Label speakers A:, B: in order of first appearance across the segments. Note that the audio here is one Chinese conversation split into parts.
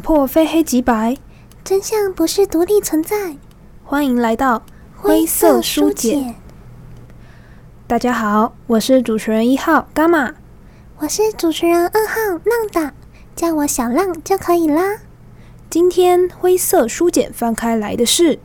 A: 破非黑即白，
B: 真相不是独立存在。
A: 欢迎来到灰色书简。大家好，我是主持人1号伽马，
B: 我是主持人2号浪达，叫我小浪就可以啦。
A: 今天灰色书简翻开来的是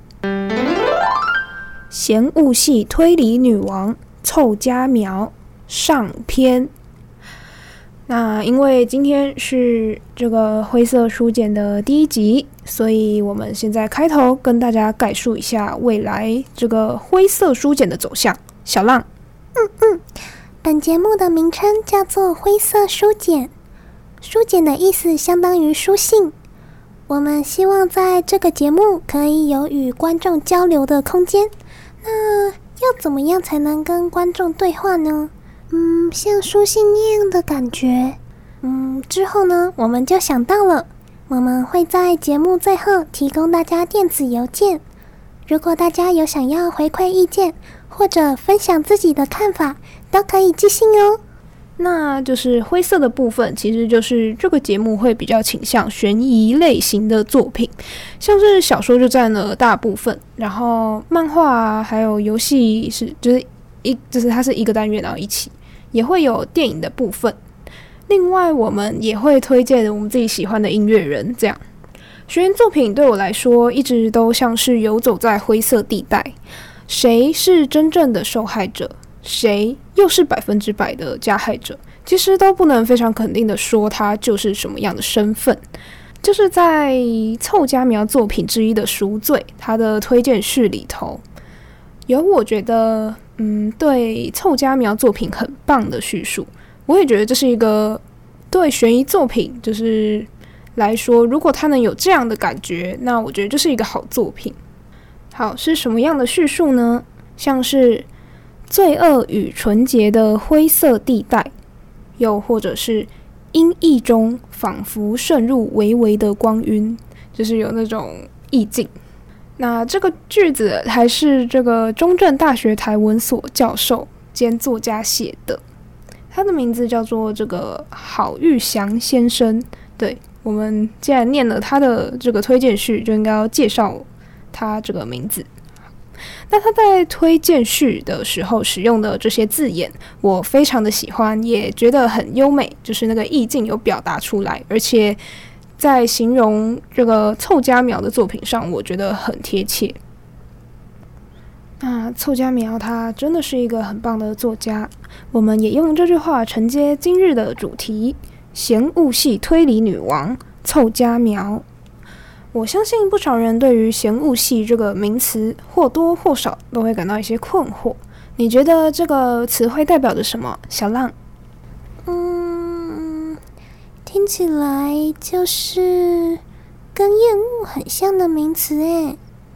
A: 嫌恶系推理女王凑佳苗上篇。那因为今天是这个灰色书简的第1集，所以我们现在开头跟大家概述一下未来这个灰色书简的走向。小浪，
B: 本节目的名称叫做灰色书简，书简的意思相当于书信。我们希望在这个节目可以有与观众交流的空间。那要怎么样才能跟观众对话呢？像书信那样的感觉。之后呢，我们就想到了，我们会在节目最后提供大家电子邮件。如果大家有想要回馈意见，或者分享自己的看法，都可以寄信哦。
A: 那就是灰色的部分，其实就是这个节目会比较倾向悬疑类型的作品，像是小说就占了大部分，然后漫画啊，还有游戏就是它是一个单元，然后一起也会有电影的部分。另外我们也会推荐我们自己喜欢的音乐人，这样悬疑作品对我来说一直都像是游走在灰色地带，谁是真正的受害者，谁又是100%的加害者，其实都不能非常肯定的说他就是什么样的身份。就是在凑佳苗作品之一的赎罪，他的推荐序里头有我觉得对凑佳苗作品很棒的叙述。我也觉得这是一个对悬疑作品就是来说，如果他能有这样的感觉，那我觉得这是一个好作品。好，是什么样的叙述呢？像是罪恶与纯洁的灰色地带，又或者是阴翳中仿佛渗入微微的光晕，就是有那种意境。那这个句子还是这个中正大学台文所教授兼作家写的，他的名字叫做这个郝玉祥先生。对，我们既然念了他的这个推荐序，就应该要介绍他这个名字。那他在推荐序的时候使用的这些字眼，我非常的喜欢，也觉得很优美，就是那个意境有表达出来，而且在形容这个凑佳苗的作品上，我觉得很贴切。那凑佳苗他真的是一个很棒的作家，我们也用这句话承接今日的主题：嫌恶系推理女王凑佳苗。我相信不少人对于嫌恶系这个名词或多或少都会感到一些困惑。你觉得这个词汇代表着什么，小浪？
B: 听起来就是跟厌恶很像的名词诶。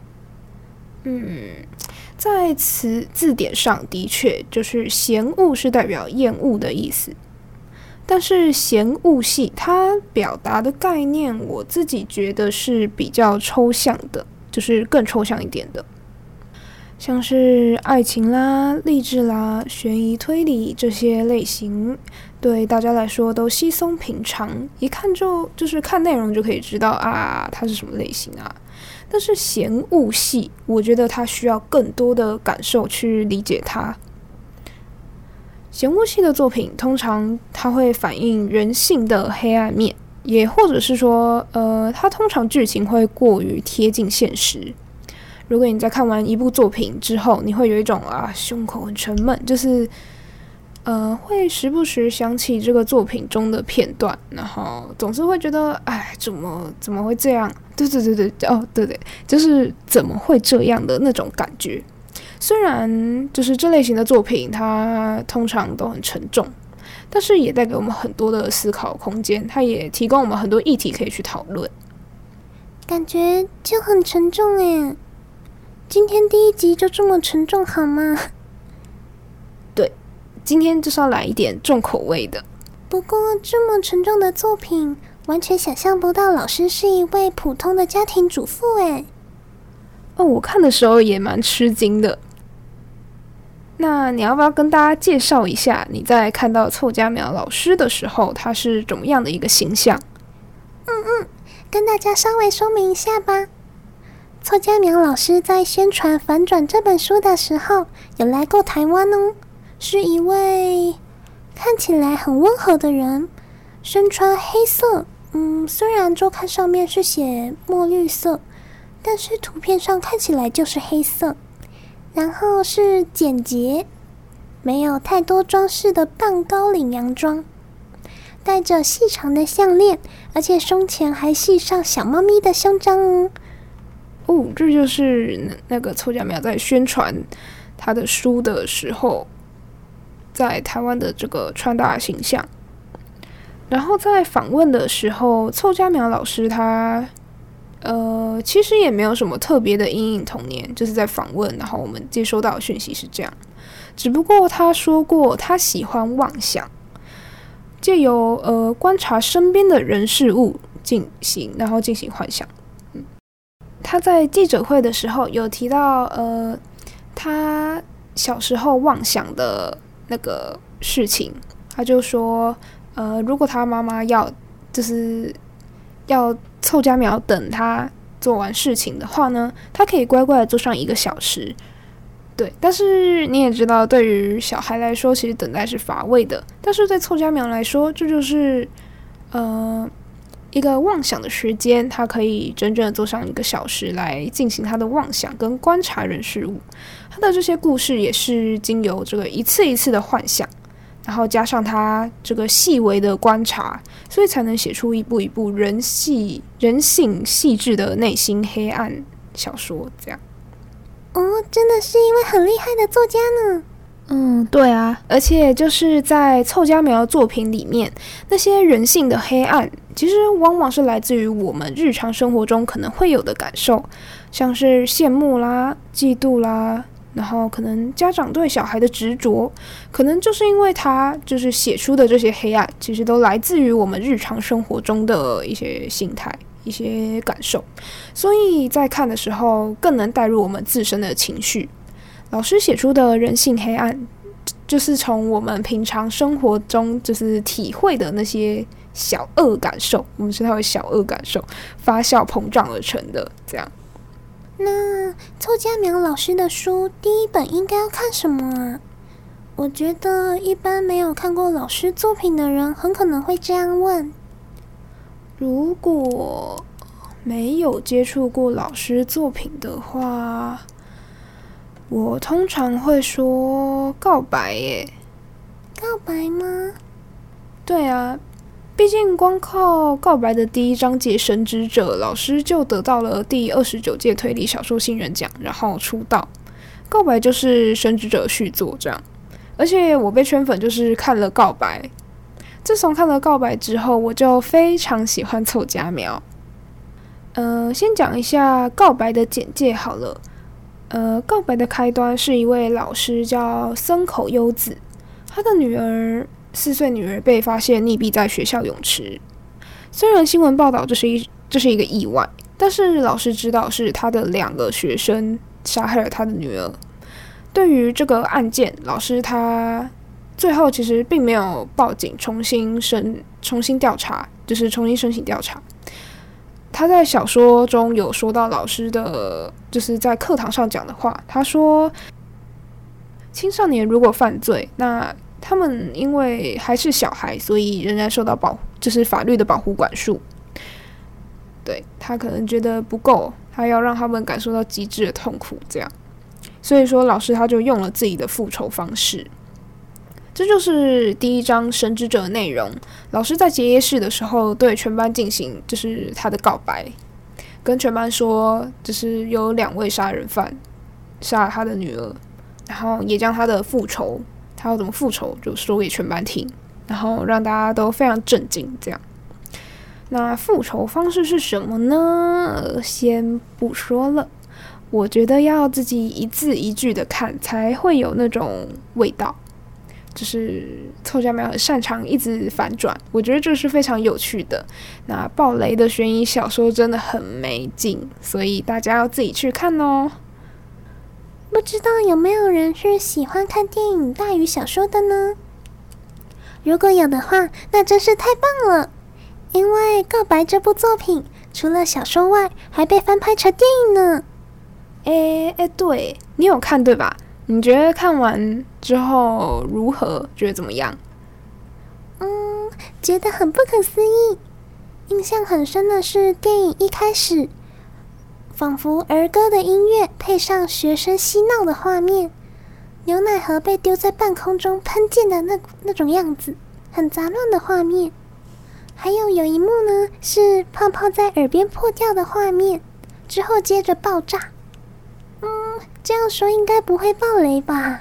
A: 在字典上的确就是嫌恶是代表厌恶的意思，但是嫌恶系它表达的概念，我自己觉得是比较抽象的，就是更抽象一点的，像是爱情啦、励志啦、悬疑推理这些类型，对大家来说都稀松平常，一看就是看内容就可以知道啊，它是什么类型啊。但是嫌恶系，我觉得它需要更多的感受去理解它。嫌恶系的作品通常它会反映人性的黑暗面，也或者是说它通常剧情会过于贴近现实。如果你在看完一部作品之后，你会有一种胸口很沉闷，就是会时不时想起这个作品中的片段，然后总是会觉得怎么会这样？对，对，就是怎么会这样的那种感觉。虽然就是这类型的作品它通常都很沉重，但是也带给我们很多的思考空间，它也提供我们很多议题可以去讨论。
B: 感觉就很沉重耶，今天第1集就这么沉重好吗？
A: 对，今天就是要来一点重口味的。
B: 不过这么沉重的作品，完全想象不到老师是一位普通的家庭主妇耶。
A: 我看的时候也蛮吃惊的。那你要不要跟大家介绍一下，你在看到凑佳苗老师的时候，他是怎么样的一个形象？
B: 跟大家稍微说明一下吧。凑佳苗老师在宣传《反转》这本书的时候，有来过台湾哦，是一位看起来很温和的人，身穿黑色，虽然周刊上面是写墨绿色，但是图片上看起来就是黑色，然后是简洁，没有太多装饰的半高领洋装，戴着细长的项链，而且胸前还系上小猫咪的胸章哦。
A: 这就是那个凑佳苗在宣传他的书的时候，在台湾的这个穿搭形象。然后在访问的时候，凑佳苗老师他其实也没有什么特别的阴影童年，就是在访问，然后我们接收到的讯息是这样。只不过他说过，他喜欢妄想，借由观察身边的人事物然后进行幻想。他在记者会的时候有提到，他小时候妄想的那个事情，他就说，如果他妈妈要凑佳苗等他做完事情的话呢，他可以乖乖的坐上1个小时。对，但是你也知道，对于小孩来说，其实等待是乏味的。但是对凑佳苗来说，这就是一个妄想的时间，他可以真正的坐上1个小时来进行他的妄想跟观察人事物。他的这些故事也是经由这个一次一次的幻想，然后加上他这个细微的观察，所以才能写出一部一部人性细致的内心黑暗小说。这样
B: 真的是一位很厉害的作家呢。
A: 对啊，而且就是在凑佳苗的作品里面，那些人性的黑暗其实往往是来自于我们日常生活中可能会有的感受，像是羡慕啦、嫉妒啦，然后可能家长对小孩的执着，可能就是因为他就是写出的这些黑暗，其实都来自于我们日常生活中的一些心态、一些感受，所以在看的时候更能带入我们自身的情绪。老师写出的人性黑暗，就是从我们平常生活中就是体会的那些小恶感受，我们称它为小恶感受，发酵膨胀而成的。这样，
B: 那凑佳苗老师的书第一本应该要看什么啊？我觉得一般没有看过老师作品的人很可能会这样问。
A: 如果没有接触过老师作品的话，我通常会说告白耶。
B: 告白吗？
A: 对啊，毕竟光靠告白的第1章节《神职者》，老师就得到了第29届推理小说新人奖，然后出道。告白就是《神职者》续作这样。而且我被圈粉就是看了告白，自从看了告白之后，我就非常喜欢凑佳苗。先讲一下告白的简介好了。告白的开端是一位老师叫森口优子，他的4岁女儿被发现溺毙在学校泳池。虽然新闻报道这是一个意外，但是老师知道是他的2个学生杀害了他的女儿。对于这个案件，老师他最后其实并没有报警，重新调查，就是重新申请调查。他在小说中有说到老师的就是在课堂上讲的话，他说青少年如果犯罪，那他们因为还是小孩，所以仍然受到就是法律的保护管束。对，他可能觉得不够，他要让他们感受到极致的痛苦，这样。所以说老师他就用了自己的复仇方式。这就是第1章《神职者》的内容。老师在结业式的时候对全班进行就是他的告白，跟全班说就是有2位杀人犯杀了他的女儿，然后也将他的复仇，他要怎么复仇就说给全班听，然后让大家都非常震惊。这样，那复仇方式是什么呢？先不说了，我觉得要自己一字一句的看才会有那种味道。就是凑佳苗很擅长一直反转，我觉得这是非常有趣的。那爆雷的悬疑小说真的很没劲，所以大家要自己去看哦。
B: 不知道有没有人是喜欢看电影大于小说的呢？如果有的话，那真是太棒了。因为《告白》这部作品除了小说外，还被翻拍成电影呢。
A: 对，你有看对吧？你觉得看完之后如何？觉得怎么样？
B: 觉得很不可思议。印象很深的是电影一开始，仿佛儿歌的音乐配上学生嬉闹的画面，牛奶盒被丢在半空中喷溅的那种样子，很杂乱的画面。还有一幕呢，是泡泡在耳边破掉的画面，之后接着爆炸。这样说应该不会爆雷吧？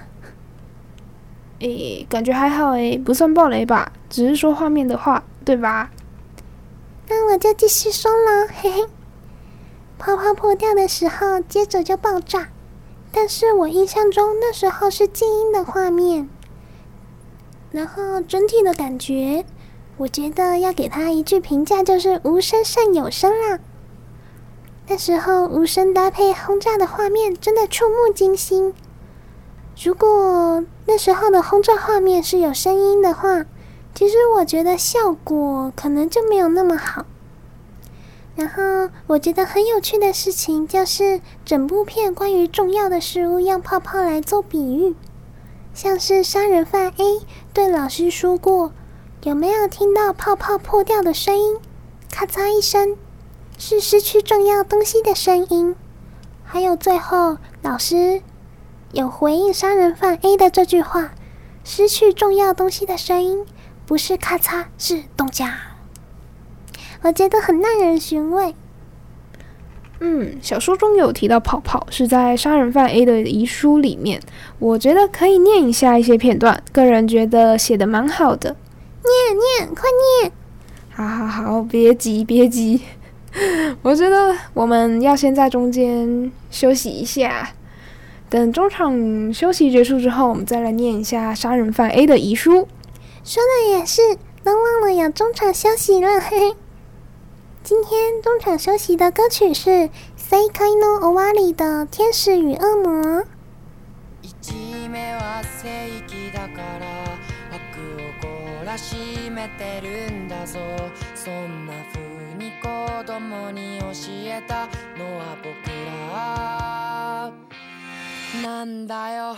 A: 感觉还好不算爆雷吧，只是说画面的话，对吧？
B: 那我就继续说了，嘿嘿。泡泡破掉的时候，接着就爆炸，但是我印象中那时候是静音的画面，然后整体的感觉，我觉得要给他一句评价，就是无声胜有声啦。那时候无声搭配轰炸的画面真的触目惊心。如果那时候的轰炸画面是有声音的话，其实我觉得效果可能就没有那么好。然后我觉得很有趣的事情就是整部片关于重要的事物用泡泡来做比喻，像是杀人犯 A 对老师说过，有没有听到泡泡破掉的声音？咔嚓一声，是失去重要东西的声音。还有最后老师有回应杀人犯 A 的这句话，失去重要东西的声音不是咔嚓，是咚家。我觉得很耐人寻味。
A: 小说中有提到泡泡是在杀人犯 A 的遗书里面，我觉得可以念一下一些片段，个人觉得写得蛮好的。
B: 念，快念！
A: 好，别急。我觉得我们要先在中间休息一下，等中场休息结束之后，我们再来念一下杀人犯 A 的遗书。
B: 说的也是，都忘了有中场休息了，嘿嘿。今天中场休息的歌曲是 Seikai no Owari 的《天使与恶魔》。
C: 一目は正義だから悪を懲らしめてるんだぞ、そんな風に子供に教えたのは僕らなんだよ。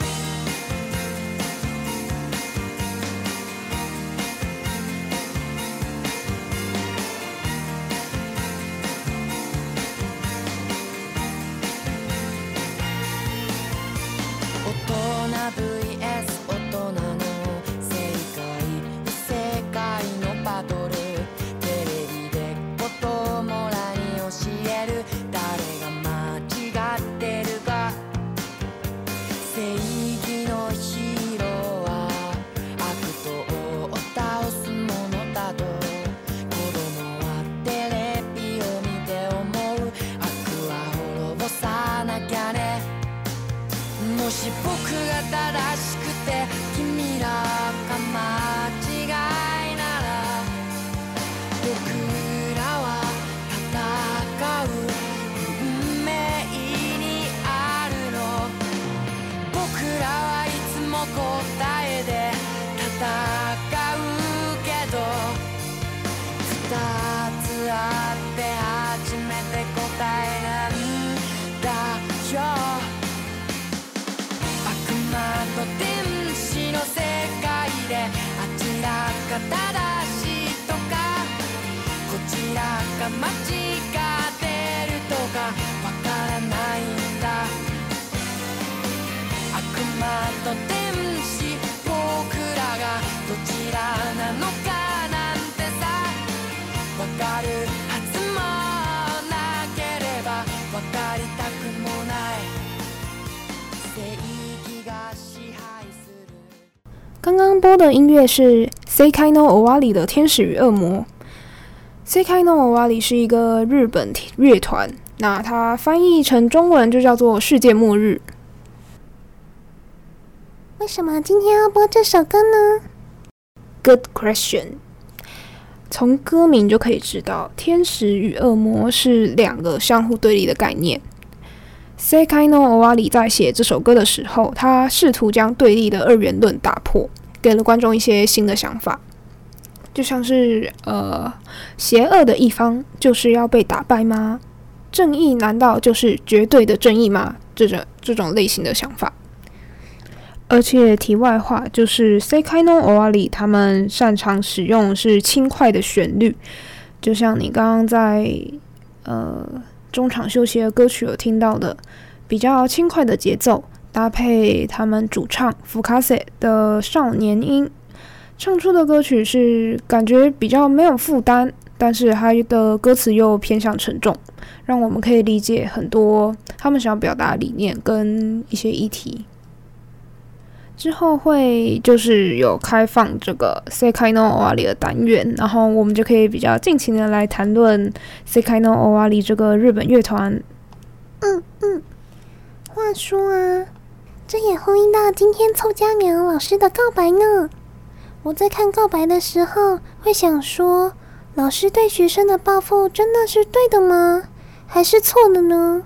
C: 大人 vs 大人の正解不正解のバトル、テレビで子供らに教える誰が間違ってるか、正義のヒーローは悪党を倒すものだと子供はテレビを見て思う、悪は滅ぼさなきゃね。もし僕が正しくて君らが間違いなら、僕らは戦う運命にあるの、僕らはいつも答えで戦うけど、二つあって初めて答えなんだよ。天使の世界であちらが正しいとかこちらが間違ってるとかわからないんだ。悪魔と天使僕らがどちらなのかなんてさわかるはずもなければわかりたくもない。
A: 刚刚播的音乐是 Seikai no Owari 的《天使与恶魔》。Seikai no Owari 是一个日本乐团，那它翻译成中文就叫做世界末日。
B: 为什么今天要播这首歌呢？
A: Good question。从歌名就可以知道，天使与恶魔是两个相互对立的概念。Seikai no Owari 在写这首歌的时候，他试图将对立的二元论打破，给了观众一些新的想法。 就像是邪恶的一方就是要被打败吗？正义难道就是绝对的正义吗？这种类型的想法。而且题外话，就是 Sekai no Owari 他们擅长使用是轻快的旋律，就像你刚刚在中场休息的歌曲有听到的，比较轻快的节奏，搭配他们主唱Fukase的少年音，唱出的歌曲是感觉比较没有负担，但是它的歌词又偏向沉重，让我们可以理解很多他们想要表达的理念跟一些议题。之后会就是有开放这个 Sekai no Owari 的单元，然后我们就可以比较尽情的来谈论 Sekai no Owari 这个日本乐团。
B: 话说啊，这也呼应到今天凑佳苗老师的告白呢。我在看告白的时候会想说，老师对学生的抱负真的是对的吗？还是错的呢？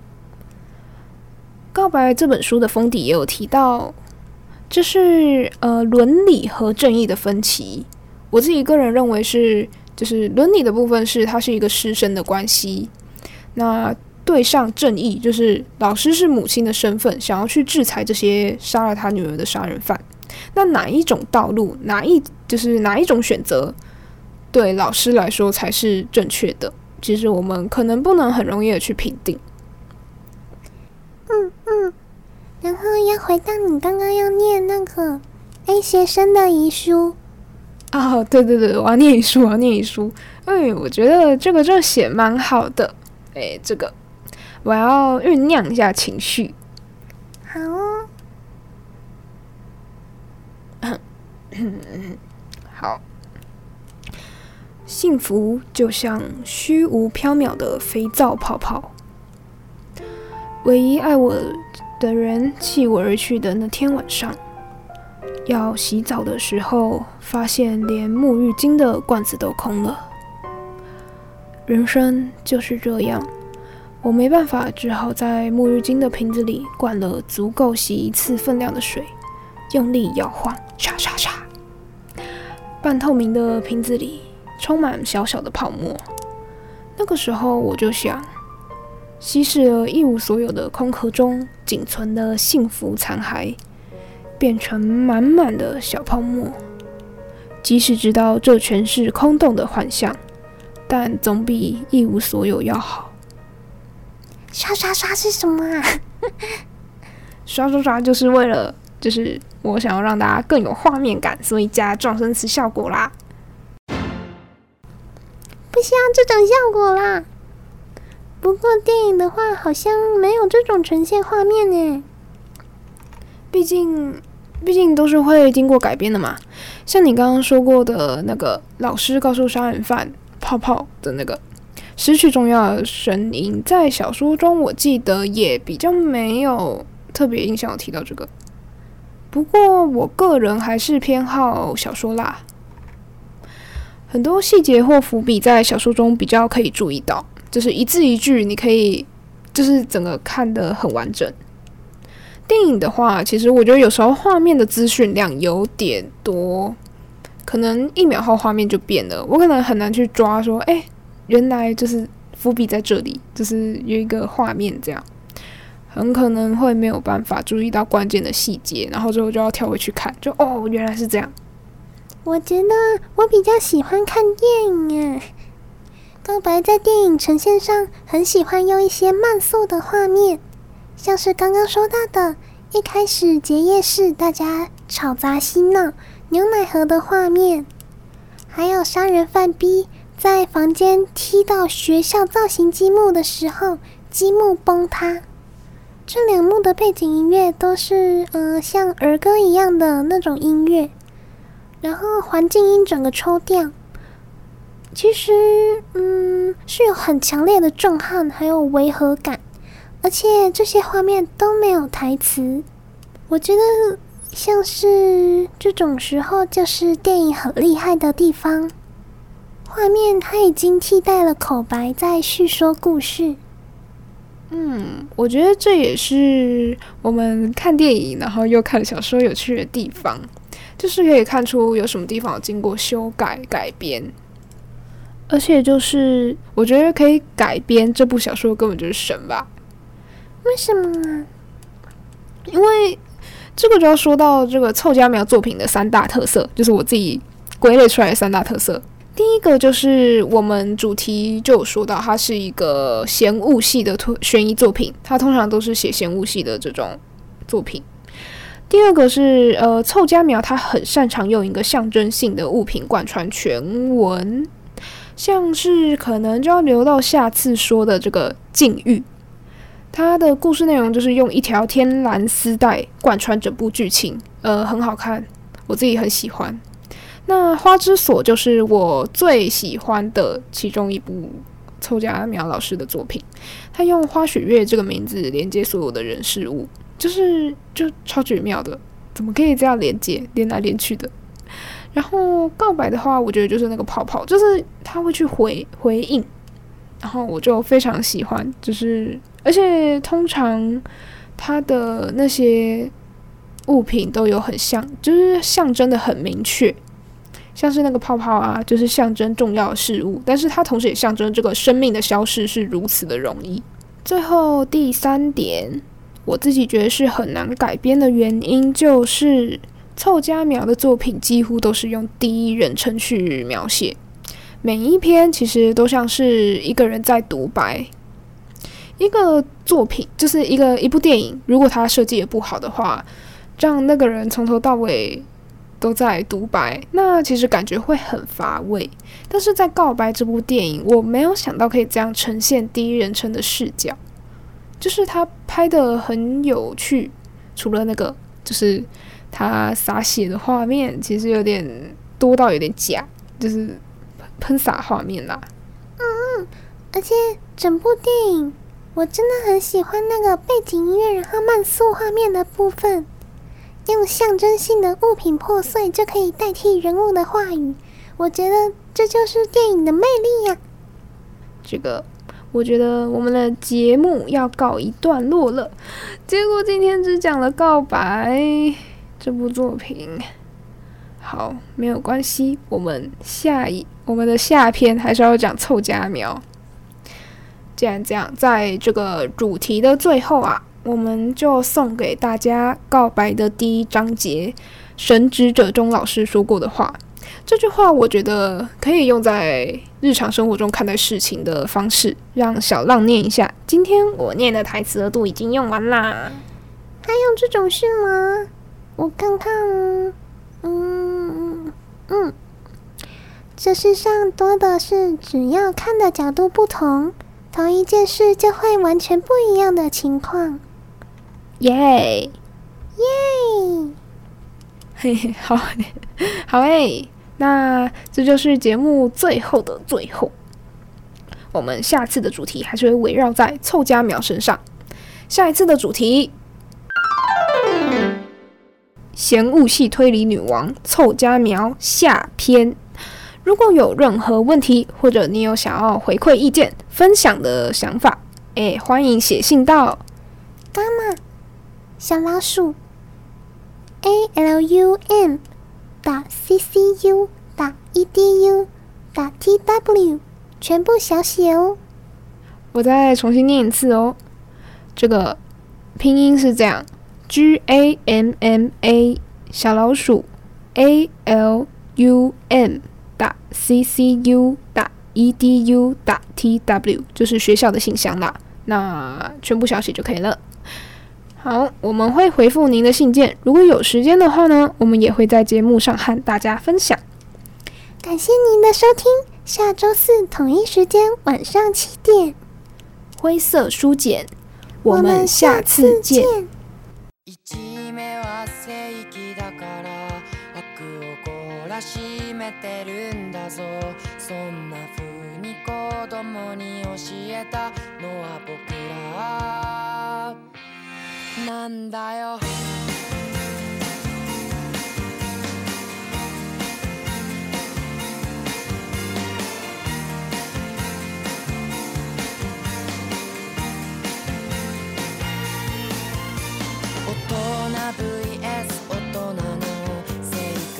A: 告白这本书的封底也有提到，这是伦理和正义的分歧。我自己个人认为是，就是伦理的部分是它是一个师生的关系，那对上正义就是老师是母亲的身份，想要去制裁这些杀了他女儿的杀人犯。那哪一种道路，哪一种选择，对老师来说才是正确的？其实我们可能不能很容易的去评定。
B: 然后要回到你刚刚要念那个 A 学生的遗书。
A: 哦，对，我要念遗书。我觉得这个就写蛮好的。这个我要酝酿一下情绪。
B: 好哦。
A: 好。幸福就像虚无缥缈的肥皂泡泡，唯一爱我的人弃我而去的那天晚上，要洗澡的时候，发现连沐浴巾的罐子都空了。人生就是这样，我没办法，只好在沐浴巾的瓶子里灌了足够洗一次分量的水，用力摇晃，唰唰唰。半透明的瓶子里充满小小的泡沫。那个时候我就想，稀释了一无所有的空壳中仅存的幸福残骸，变成满满的小泡沫。即使知道这全是空洞的幻象，但总比一无所有要好。
B: 刷刷刷是什么啊？
A: 刷刷刷就是为了，就是我想要让大家更有画面感，所以加撞声词效果啦。
B: 不需要这种效果啦。不过电影的话，好像没有这种呈现画面耶。
A: 毕竟都是会经过改编的嘛。像你刚刚说过的那个老师告诉杀人犯泡泡的那个失去重要的声音，在小说中我记得也比较没有特别印象有提到这个。不过我个人还是偏好小说啦，很多细节或伏笔在小说中比较可以注意到，就是一字一句你可以就是整个看得很完整。电影的话，其实我觉得有时候画面的资讯量有点多，可能1秒后画面就变了，我可能很难去抓说原来就是伏笔在这里，就是有一个画面这样，很可能会没有办法注意到关键的细节，然后之后就要跳回去看，就原来是这样。
B: 我觉得我比较喜欢看电影耶。告白在电影呈现上很喜欢用一些慢速的画面，像是刚刚说到的一开始结业式大家吵杂嬉闹牛奶盒的画面，还有杀人犯 B 在房间踢到学校造型积木的时候积木崩塌。这两幕的背景音乐都是像儿歌一样的那种音乐，然后环境音整个抽掉，其实是有很强烈的震撼还有违和感，而且这些画面都没有台词。我觉得像是这种时候就是电影很厉害的地方，画面它已经替代了口白在叙说故事。
A: 我觉得这也是我们看电影然后又看小说有趣的地方， 就是可以看出有什么地方有经过修改改编。而且就是我觉得可以改编这部小说根本就是神吧。
B: 为什么呢？
A: 因为这个就要说到这个凑佳苗作品的3大特色，就是我自己归类出来的3大特色。第一个就是我们主题就有说到，它是一个嫌恶系的悬疑作品，它通常都是写嫌恶系的这种作品。第二个是凑佳苗它很擅长用一个象征性的物品贯穿全文，像是可能就要留到下次说的这个禁欲，它的故事内容就是用一条天蓝丝带贯穿整部剧情，很好看，我自己很喜欢。那花之锁就是我最喜欢的其中一部凑佳苗老师的作品，他用花雪月这个名字连接所有的人事物，就超绝妙的，怎么可以这样连接，连来连去的。然后告白的话，我觉得就是那个泡泡，就是他会去回应，然后我就非常喜欢，就是而且通常他的那些物品都有很像，就是象征的很明确，像是那个泡泡啊，就是象征重要的事物，但是它同时也象征这个生命的消逝是如此的容易。最后第3点，我自己觉得是很难改编的原因，就是凑佳苗的作品几乎都是用第一人称去描写，每一篇其实都像是一个人在独白。一个作品就是一部电影，如果它设计的不好的话，让那个人从头到尾都在独白，那其实感觉会很乏味。但是在告白这部电影，我没有想到可以这样呈现第一人称的视角，就是他拍得很有趣，除了那个就是他洒血的画面其实有点多到有点假，就是喷洒画面啦。
B: 而且整部电影我真的很喜欢那个背景音乐，然后慢速画面的部分，用象征性的物品破碎就可以代替人物的话语，我觉得这就是电影的魅力呀。
A: 这个我觉得我们的节目要告一段落了，结果今天只讲了告白这部作品。好，没有关系，我们的下篇还是要讲凑佳苗。既然这样，在这个主题的最后啊，我们就送给大家告白的第1章节神职者中老师说过的话。这句话我觉得可以用在日常生活中看待事情的方式，让小浪念一下。今天我念的台词额度已经用完啦。
B: 还有这种事吗？我看看，这世上多的是只要看的角度不同，同一件事就会完全不一样的情况。
A: 耶
B: 耶！
A: 嘿嘿，好好诶，那这就是节目最后的最后，我们下次的主题还是会围绕在凑佳苗身上。下一次的主题，嫌恶系推理女王凑佳苗下篇。如果有任何问题，或者你有想要回馈意见、分享的想法，欢迎写信到
B: 伽马小老鼠 alum.ccu.edu.tw 全部小写哦。
A: 我再重新念一次哦，这个拼音是这样 GAMMA 小老鼠 ALUM.ccu.edu.tw 就是学校的信箱啦，那全部小写就可以了。好，我们会回复您的信件，如果有时间的话呢，我们也会在节目上和大家分享。
B: 感谢您的收听，下周4同一时间晚上7点，
A: 灰色书简，我们下次见。
C: 1目は正義だから悪を懲らしめてるんだぞ、そんな風に子供に教えたのは僕らなんだよ。大人 vs 大人の世界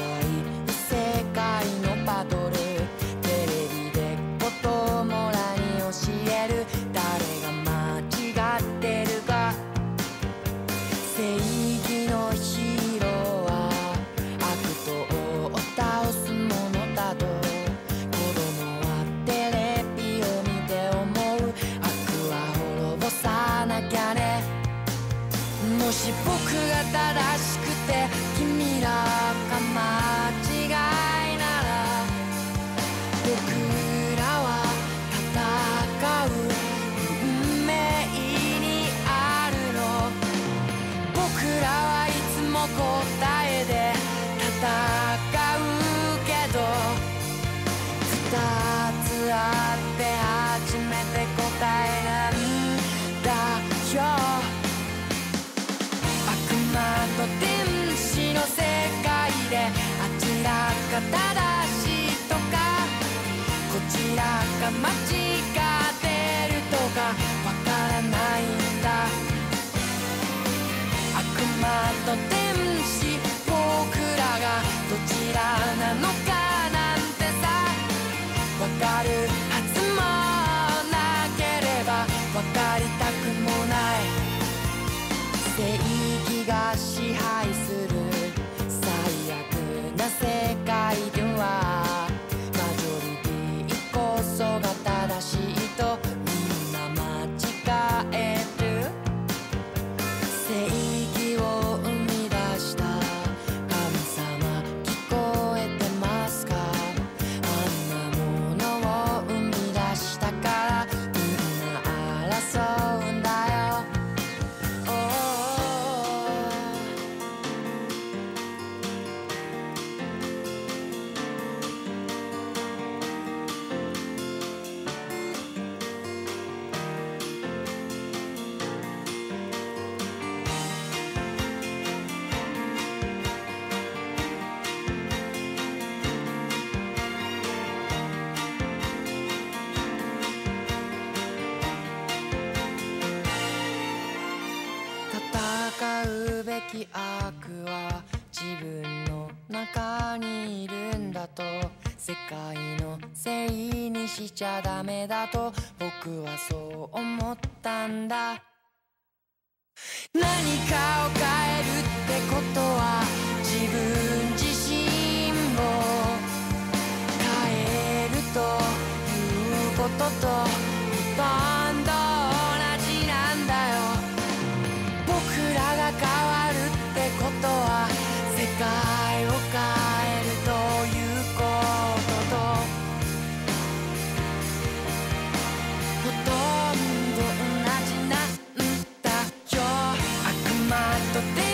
C: 義のヒーローは悪党を倒すものだと子供はテレビを見て思う。悪は滅ぼさなきゃね。もし僕が正しくて君らが間違いなら僕らは戦う運命にあるの。僕らはいつも答えで戦うけど二つあって初めて答えなんだよ。悪魔と天使の世界であちらが正しいとかこちらが間違ってるとかわからないんだ。悪魔と天使僕らがどちらなのかなんてさわかるはずもなければわかりたくもない。正義が支配する最悪な世界ではマジョリティこそが正しいとみんな間違える。正義を生み出した神様聞こえてますか。あんなものを生み出したからみんな争うんだよ。戦うべき悪は自分の中にいるんだと世界のせいにしちゃダメだと僕はそう思ったんだ。何かを変えるってことは自分自身を変えるということとほとんど同じなんだよ。僕らが変わるってことは世界を変えるということとほとんど同じなんだよ。悪魔と